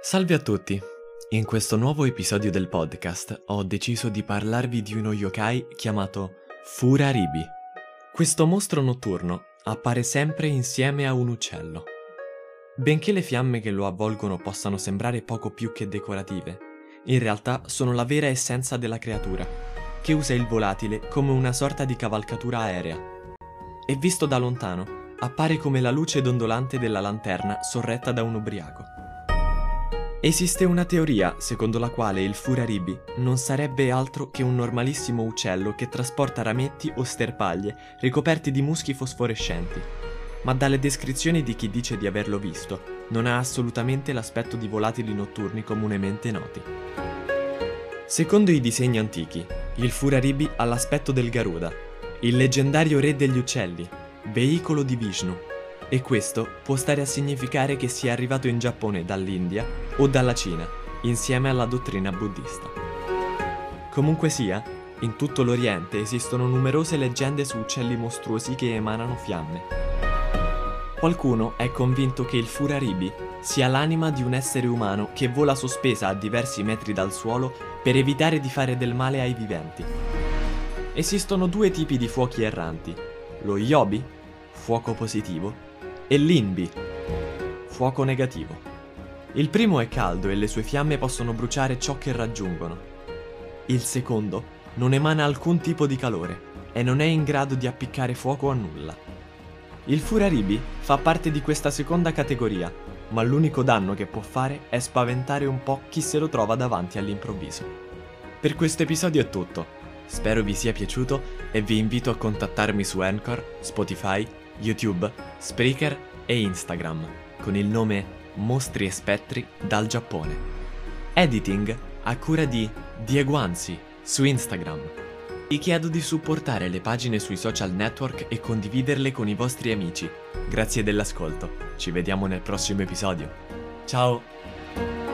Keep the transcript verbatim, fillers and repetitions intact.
Salve a tutti! In questo nuovo episodio del podcast ho deciso di parlarvi di uno yokai chiamato Furaribi. Questo mostro notturno appare sempre insieme a un uccello. Benché le fiamme che lo avvolgono possano sembrare poco più che decorative, in realtà sono la vera essenza della creatura, che usa il volatile come una sorta di cavalcatura aerea. E visto da lontano, appare come la luce dondolante della lanterna sorretta da un ubriaco. Esiste una teoria secondo la quale il Furaribi non sarebbe altro che un normalissimo uccello che trasporta rametti o sterpaglie ricoperti di muschi fosforescenti, ma dalle descrizioni di chi dice di averlo visto, non ha assolutamente l'aspetto di volatili notturni comunemente noti. Secondo i disegni antichi, il Furaribi ha l'aspetto del Garuda, il leggendario re degli uccelli, veicolo di Vishnu, e questo può stare a significare che sia arrivato in Giappone dall'India o dalla Cina, insieme alla dottrina buddista. Comunque sia, in tutto l'Oriente esistono numerose leggende su uccelli mostruosi che emanano fiamme. Qualcuno è convinto che il Furaribi sia l'anima di un essere umano che vola sospesa a diversi metri dal suolo per evitare di fare del male ai viventi. Esistono due tipi di fuochi erranti, lo Yobi, fuoco positivo, e l'Inbi, fuoco negativo. Il primo è caldo e le sue fiamme possono bruciare ciò che raggiungono. Il secondo non emana alcun tipo di calore e non è in grado di appiccare fuoco a nulla. Il Furaribi fa parte di questa seconda categoria, ma l'unico danno che può fare è spaventare un po' chi se lo trova davanti all'improvviso. Per questo episodio è tutto. Spero vi sia piaciuto e vi invito a contattarmi su Anchor, Spotify, YouTube, Spreaker e Instagram con il nome Mostri e Spettri dal Giappone. Editing a cura di Diego Anzi su Instagram. Vi chiedo di supportare le pagine sui social network e condividerle con i vostri amici. Grazie dell'ascolto. Ci vediamo nel prossimo episodio. Ciao!